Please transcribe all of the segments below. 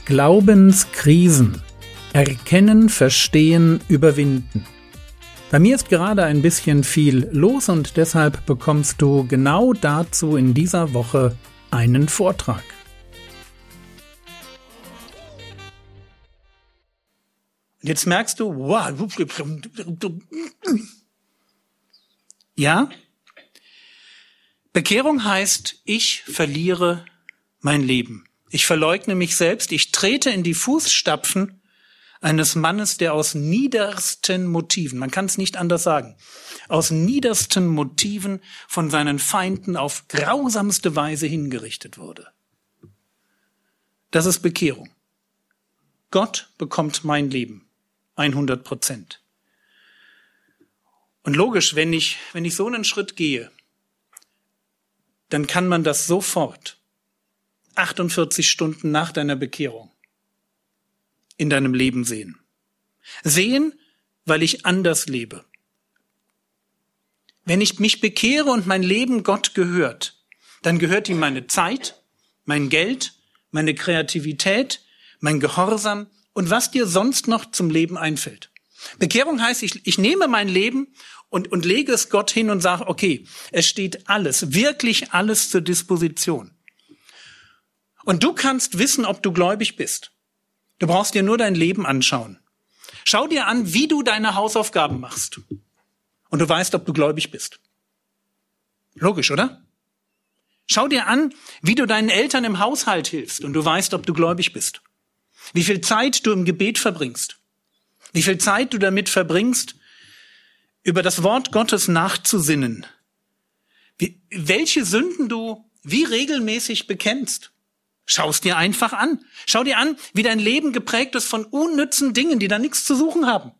Glaubenskrisen. Erkennen, verstehen, überwinden. Bei mir ist gerade ein bisschen viel los und deshalb bekommst du genau dazu in dieser Woche einen Vortrag. Und jetzt merkst du, wow, ja, Bekehrung heißt, ich verliere mein Leben. Ich verleugne mich selbst, ich trete in die Fußstapfen eines Mannes, der aus niedersten Motiven, man kann es nicht anders sagen, aus niedersten Motiven von seinen Feinden auf grausamste Weise hingerichtet wurde. Das ist Bekehrung. Gott bekommt mein Leben, 100%. Und logisch, wenn ich so einen Schritt gehe, dann kann man das sofort 48 Stunden nach deiner Bekehrung in deinem Leben sehen. Sehen, weil ich anders lebe. Wenn ich mich bekehre und mein Leben Gott gehört, dann gehört ihm meine Zeit, mein Geld, meine Kreativität, mein Gehorsam und was dir sonst noch zum Leben einfällt. Bekehrung heißt, ich nehme mein Leben und lege es Gott hin und sage, okay, es steht alles, wirklich alles zur Disposition. Und du kannst wissen, ob du gläubig bist. Du brauchst dir nur dein Leben anschauen. Schau dir an, wie du deine Hausaufgaben machst. Und du weißt, ob du gläubig bist. Logisch, oder? Schau dir an, wie du deinen Eltern im Haushalt hilfst. Und du weißt, ob du gläubig bist. Wie viel Zeit du im Gebet verbringst. Wie viel Zeit du damit verbringst, über das Wort Gottes nachzusinnen. Welche Sünden du wie regelmäßig bekennst. Schau es dir einfach an. Schau dir an, wie dein Leben geprägt ist von unnützen Dingen, die da nichts zu suchen haben.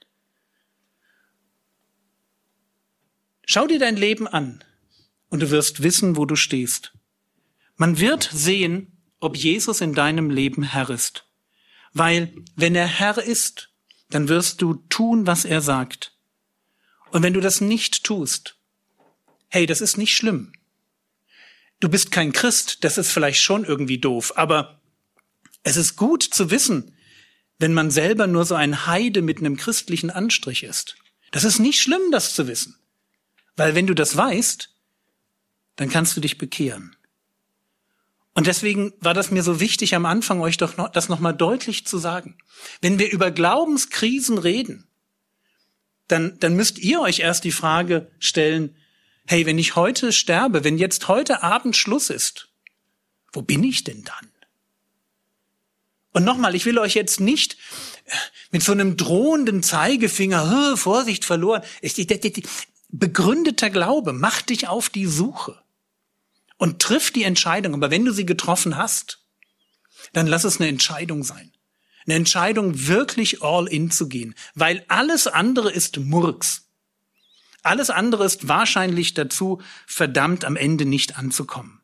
Schau dir dein Leben an und du wirst wissen, wo du stehst. Man wird sehen, ob Jesus in deinem Leben Herr ist. Weil, wenn er Herr ist, dann wirst du tun, was er sagt. Und wenn du das nicht tust, hey, das ist nicht schlimm. Du bist kein Christ, das ist vielleicht schon irgendwie doof, aber es ist gut zu wissen, wenn man selber nur so ein Heide mit einem christlichen Anstrich ist. Das ist nicht schlimm, das zu wissen. Weil wenn du das weißt, dann kannst du dich bekehren. Und deswegen war das mir so wichtig, am Anfang euch doch das nochmal deutlich zu sagen. Wenn wir über Glaubenskrisen reden, dann müsst ihr euch erst die Frage stellen, hey, wenn ich heute sterbe, wenn jetzt heute Abend Schluss ist, wo bin ich denn dann? Und nochmal, ich will euch jetzt nicht mit so einem drohenden Zeigefinger, Vorsicht verloren, begründeter Glaube, mach dich auf die Suche und triff die Entscheidung. Aber wenn du sie getroffen hast, dann lass es eine Entscheidung sein. Eine Entscheidung, wirklich all in zu gehen, weil alles andere ist Murks. Alles andere ist wahrscheinlich dazu verdammt, am Ende nicht anzukommen.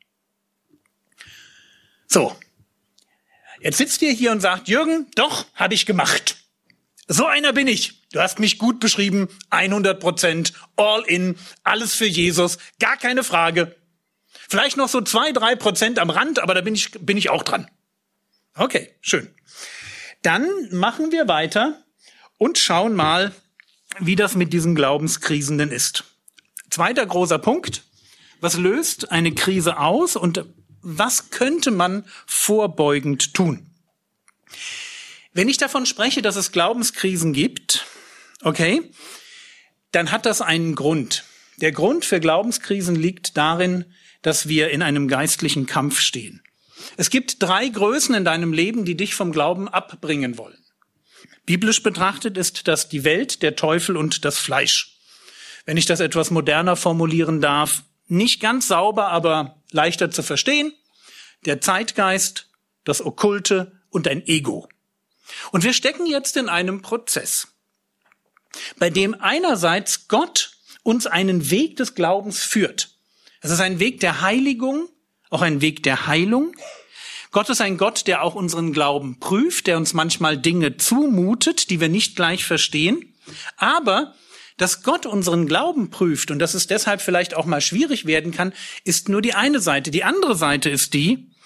So, jetzt sitzt ihr hier und sagt, Jürgen, doch, habe ich gemacht. So einer bin ich. Du hast mich gut beschrieben, 100%, all in, alles für Jesus, gar keine Frage. Vielleicht noch so 2-3% am Rand, aber da bin ich auch dran. Okay, schön. Dann machen wir weiter und schauen mal, wie das mit diesen Glaubenskrisen denn ist. Zweiter großer Punkt. Was löst eine Krise aus und was könnte man vorbeugend tun? Wenn ich davon spreche, dass es Glaubenskrisen gibt, okay, dann hat das einen Grund. Der Grund für Glaubenskrisen liegt darin, dass wir in einem geistlichen Kampf stehen. Es gibt 3 Größen in deinem Leben, die dich vom Glauben abbringen wollen. Biblisch betrachtet ist das die Welt, der Teufel und das Fleisch. Wenn ich das etwas moderner formulieren darf, nicht ganz sauber, aber leichter zu verstehen, der Zeitgeist, das Okkulte und ein Ego. Und wir stecken jetzt in einem Prozess, bei dem einerseits Gott uns einen Weg des Glaubens führt. Es ist ein Weg der Heiligung, auch ein Weg der Heilung. Gott ist ein Gott, der auch unseren Glauben prüft, der uns manchmal Dinge zumutet, die wir nicht gleich verstehen. Aber dass Gott unseren Glauben prüft und dass es deshalb vielleicht auch mal schwierig werden kann, ist nur die eine Seite. Die andere Seite ist die,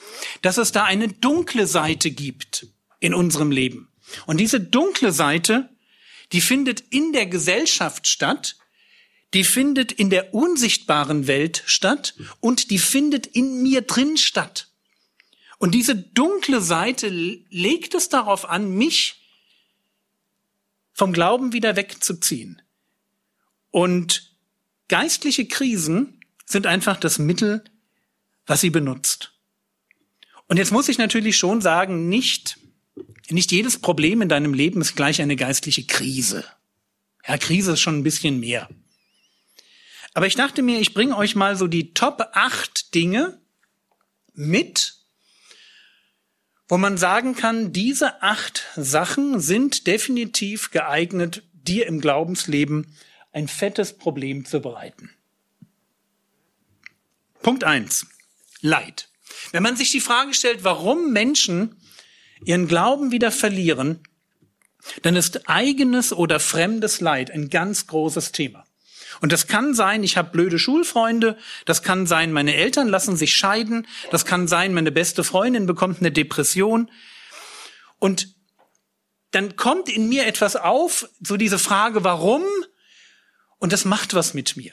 dass es da eine dunkle Seite gibt in unserem Leben. Und diese dunkle Seite, die findet in der Gesellschaft statt, die findet in der unsichtbaren Welt statt und die findet in mir drin statt. Und diese dunkle Seite legt es darauf an, mich vom Glauben wieder wegzuziehen. Und geistliche Krisen sind einfach das Mittel, was sie benutzt. Und jetzt muss ich natürlich schon sagen, nicht jedes Problem in deinem Leben ist gleich eine geistliche Krise. Ja, Krise ist schon ein bisschen mehr. Aber ich dachte mir, ich bringe euch mal so die Top 8 Dinge mit, wo man sagen kann, diese 8 Sachen sind definitiv geeignet, dir im Glaubensleben ein fettes Problem zu bereiten. Punkt 1. Leid. Wenn man sich die Frage stellt, warum Menschen ihren Glauben wieder verlieren, dann ist eigenes oder fremdes Leid ein ganz großes Thema. Und das kann sein, ich habe blöde Schulfreunde, das kann sein, meine Eltern lassen sich scheiden, das kann sein, meine beste Freundin bekommt eine Depression. Und dann kommt in mir etwas auf, so diese Frage, warum? Und das macht was mit mir.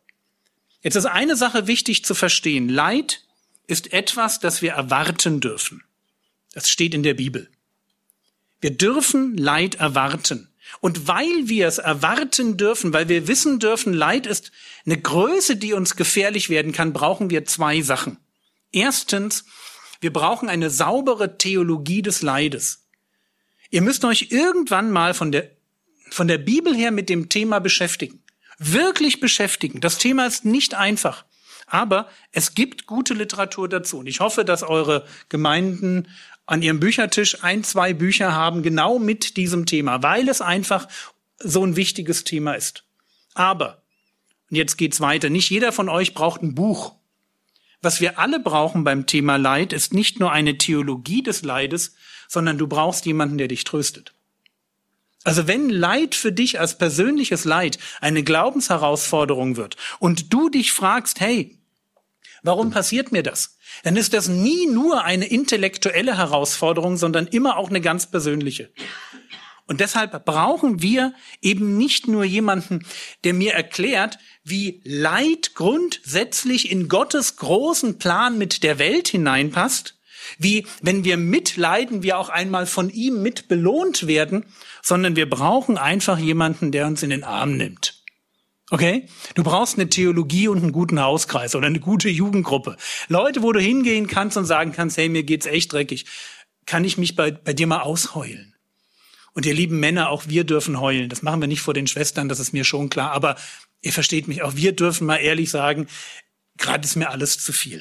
Jetzt ist eine Sache wichtig zu verstehen. Leid ist etwas, das wir erwarten dürfen. Das steht in der Bibel. Wir dürfen Leid erwarten. Und weil wir es erwarten dürfen, weil wir wissen dürfen, Leid ist eine Größe, die uns gefährlich werden kann, brauchen wir 2 Sachen. Erstens, wir brauchen eine saubere Theologie des Leides. Ihr müsst euch irgendwann mal von der Bibel her mit dem Thema beschäftigen. Wirklich beschäftigen. Das Thema ist nicht einfach. Aber es gibt gute Literatur dazu. Und ich hoffe, dass eure Gemeinden an ihrem Büchertisch 1, 2 Bücher haben, genau mit diesem Thema, weil es einfach so ein wichtiges Thema ist. Aber, und jetzt geht's weiter, nicht jeder von euch braucht ein Buch. Was wir alle brauchen beim Thema Leid, ist nicht nur eine Theologie des Leides, sondern du brauchst jemanden, der dich tröstet. Also wenn Leid für dich als persönliches Leid eine Glaubensherausforderung wird und du dich fragst, hey, warum passiert mir das? Dann ist das nie nur eine intellektuelle Herausforderung, sondern immer auch eine ganz persönliche. Und deshalb brauchen wir eben nicht nur jemanden, der mir erklärt, wie Leid grundsätzlich in Gottes großen Plan mit der Welt hineinpasst, wie, wenn wir mitleiden, wir auch einmal von ihm mit belohnt werden, sondern wir brauchen einfach jemanden, der uns in den Arm nimmt. Okay? Du brauchst eine Theologie und einen guten Hauskreis oder eine gute Jugendgruppe. Leute, wo du hingehen kannst und sagen kannst, hey, mir geht's echt dreckig. Kann ich mich bei dir mal ausheulen? Und ihr lieben Männer, auch wir dürfen heulen. Das machen wir nicht vor den Schwestern, das ist mir schon klar. Aber ihr versteht mich, auch wir dürfen mal ehrlich sagen, gerade ist mir alles zu viel.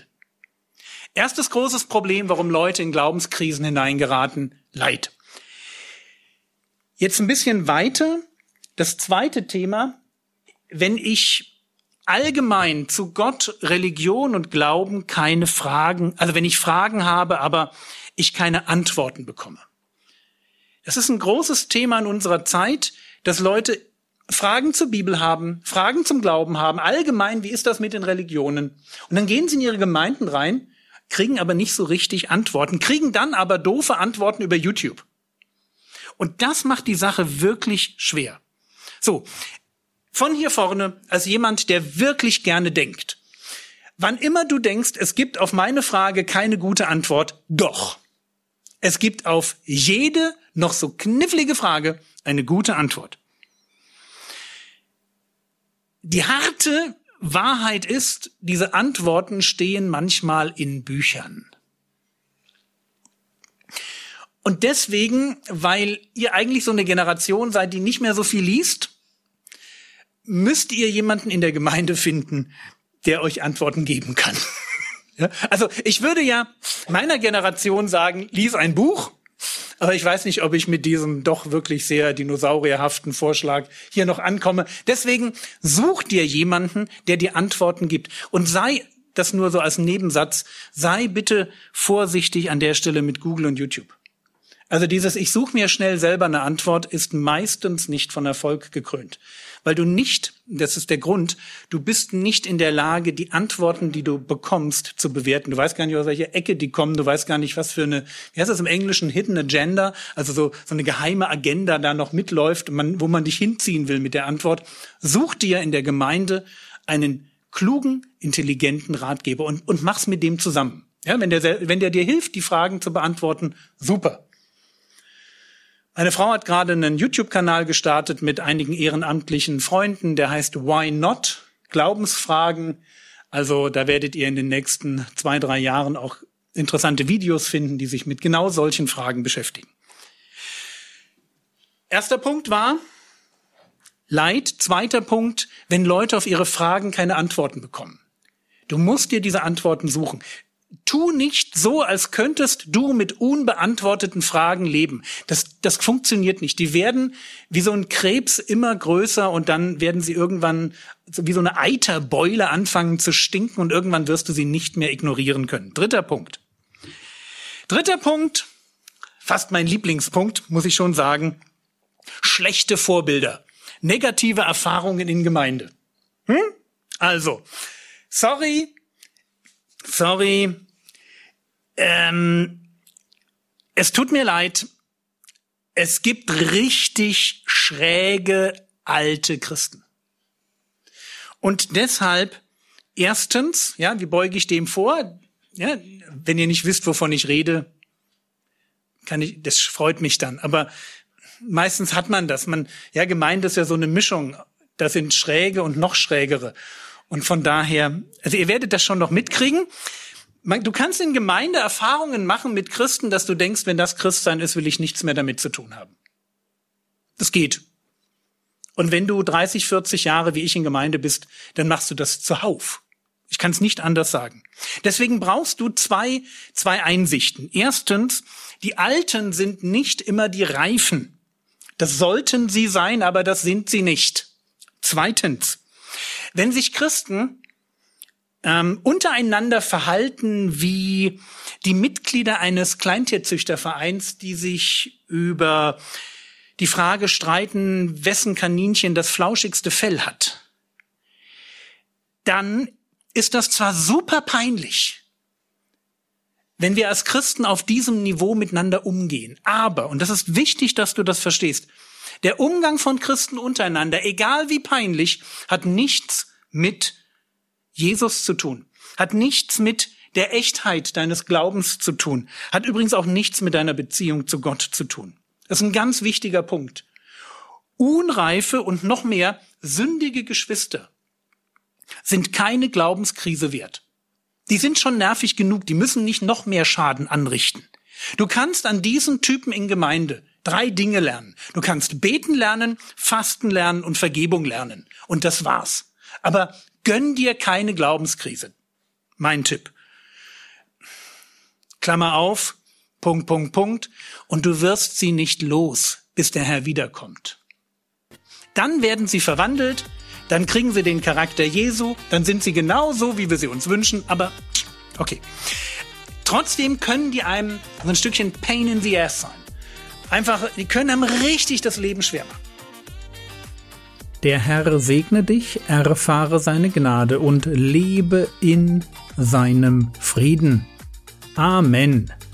Erstes großes Problem, warum Leute in Glaubenskrisen hineingeraten, Leid. Jetzt ein bisschen weiter. Das zweite Thema, wenn ich allgemein zu Gott, Religion und Glauben keine Fragen, also wenn ich Fragen habe, aber ich keine Antworten bekomme. Das ist ein großes Thema in unserer Zeit, dass Leute Fragen zur Bibel haben, Fragen zum Glauben haben, allgemein, wie ist das mit den Religionen? Und dann gehen sie in ihre Gemeinden rein, kriegen aber nicht so richtig Antworten, kriegen dann aber doofe Antworten über YouTube. Und das macht die Sache wirklich schwer. So, von hier vorne, als jemand, der wirklich gerne denkt. Wann immer du denkst, es gibt auf meine Frage keine gute Antwort, doch. Es gibt auf jede noch so knifflige Frage eine gute Antwort. Die harte Wahrheit ist, diese Antworten stehen manchmal in Büchern. Und deswegen, weil ihr eigentlich so eine Generation seid, die nicht mehr so viel liest, müsst ihr jemanden in der Gemeinde finden, der euch Antworten geben kann. Ja? Also ich würde ja meiner Generation sagen, lies ein Buch, aber ich weiß nicht, ob ich mit diesem doch wirklich sehr dinosaurierhaften Vorschlag hier noch ankomme. Deswegen such dir jemanden, der dir Antworten gibt. Und sei, das nur so als Nebensatz, sei bitte vorsichtig an der Stelle mit Google und YouTube. Also dieses ich suche mir schnell selber eine Antwort ist meistens nicht von Erfolg gekrönt. Weil du nicht, das ist der Grund, du bist nicht in der Lage, die Antworten, die du bekommst, zu bewerten. Du weißt gar nicht, aus welcher Ecke die kommen. Du weißt gar nicht, was für eine, wie heißt das im Englischen, Hidden Agenda, also so eine geheime Agenda da noch mitläuft, wo man dich hinziehen will mit der Antwort. Such dir in der Gemeinde einen klugen, intelligenten Ratgeber und mach's mit dem zusammen. Ja, wenn der dir hilft, die Fragen zu beantworten, super. Meine Frau hat gerade einen YouTube-Kanal gestartet mit einigen ehrenamtlichen Freunden, der heißt Why Not? Glaubensfragen. Also da werdet ihr in den nächsten 2-3 Jahren auch interessante Videos finden, die sich mit genau solchen Fragen beschäftigen. Erster Punkt war Leid. Zweiter Punkt, wenn Leute auf ihre Fragen keine Antworten bekommen. Du musst dir diese Antworten suchen. Tu nicht so, als könntest du mit unbeantworteten Fragen leben. Das funktioniert nicht. Die werden wie so ein Krebs immer größer und dann werden sie irgendwann wie so eine Eiterbeule anfangen zu stinken und irgendwann wirst du sie nicht mehr ignorieren können. Dritter Punkt, fast mein Lieblingspunkt, muss ich schon sagen. Schlechte Vorbilder. Negative Erfahrungen in Gemeinde. Also, sorry, es tut mir leid, es gibt richtig schräge alte Christen. Und deshalb, erstens, ja, wie beuge ich dem vor? Ja, wenn ihr nicht wisst, wovon ich rede, das freut mich dann. Aber meistens hat man das. Gemeinde ist ja so eine Mischung. Das sind schräge und noch schrägere. Und von daher, also ihr werdet das schon noch mitkriegen. Du kannst in Gemeinde Erfahrungen machen mit Christen, dass du denkst, wenn das Christsein ist, will ich nichts mehr damit zu tun haben. Das geht. Und wenn du 30, 40 Jahre wie ich in Gemeinde bist, dann machst du das zuhauf. Ich kann es nicht anders sagen. Deswegen brauchst du zwei Einsichten. Erstens, die Alten sind nicht immer die Reifen. Das sollten sie sein, aber das sind sie nicht. Zweitens, wenn sich Christen untereinander verhalten wie die Mitglieder eines Kleintierzüchtervereins, die sich über die Frage streiten, wessen Kaninchen das flauschigste Fell hat, dann ist das zwar super peinlich, wenn wir als Christen auf diesem Niveau miteinander umgehen, aber, und das ist wichtig, dass du das verstehst, der Umgang von Christen untereinander, egal wie peinlich, hat nichts mit Jesus zu tun, hat nichts mit der Echtheit deines Glaubens zu tun, hat übrigens auch nichts mit deiner Beziehung zu Gott zu tun. Das ist ein ganz wichtiger Punkt. Unreife und noch mehr sündige Geschwister sind keine Glaubenskrise wert. Die sind schon nervig genug, die müssen nicht noch mehr Schaden anrichten. Du kannst an diesen Typen in Gemeinde 3 Dinge lernen. Du kannst beten lernen, fasten lernen und Vergebung lernen. Und das war's. Aber gönn dir keine Glaubenskrise. Mein Tipp. Klammer auf, ... und du wirst sie nicht los, bis der Herr wiederkommt. Dann werden sie verwandelt, dann kriegen sie den Charakter Jesu, dann sind sie genau so, wie wir sie uns wünschen, aber okay. Trotzdem können die einem so ein Stückchen Pain in the Ass sein. Einfach, die können einem richtig das Leben schwer machen. Der Herr segne dich, erfahre seine Gnade und lebe in seinem Frieden. Amen.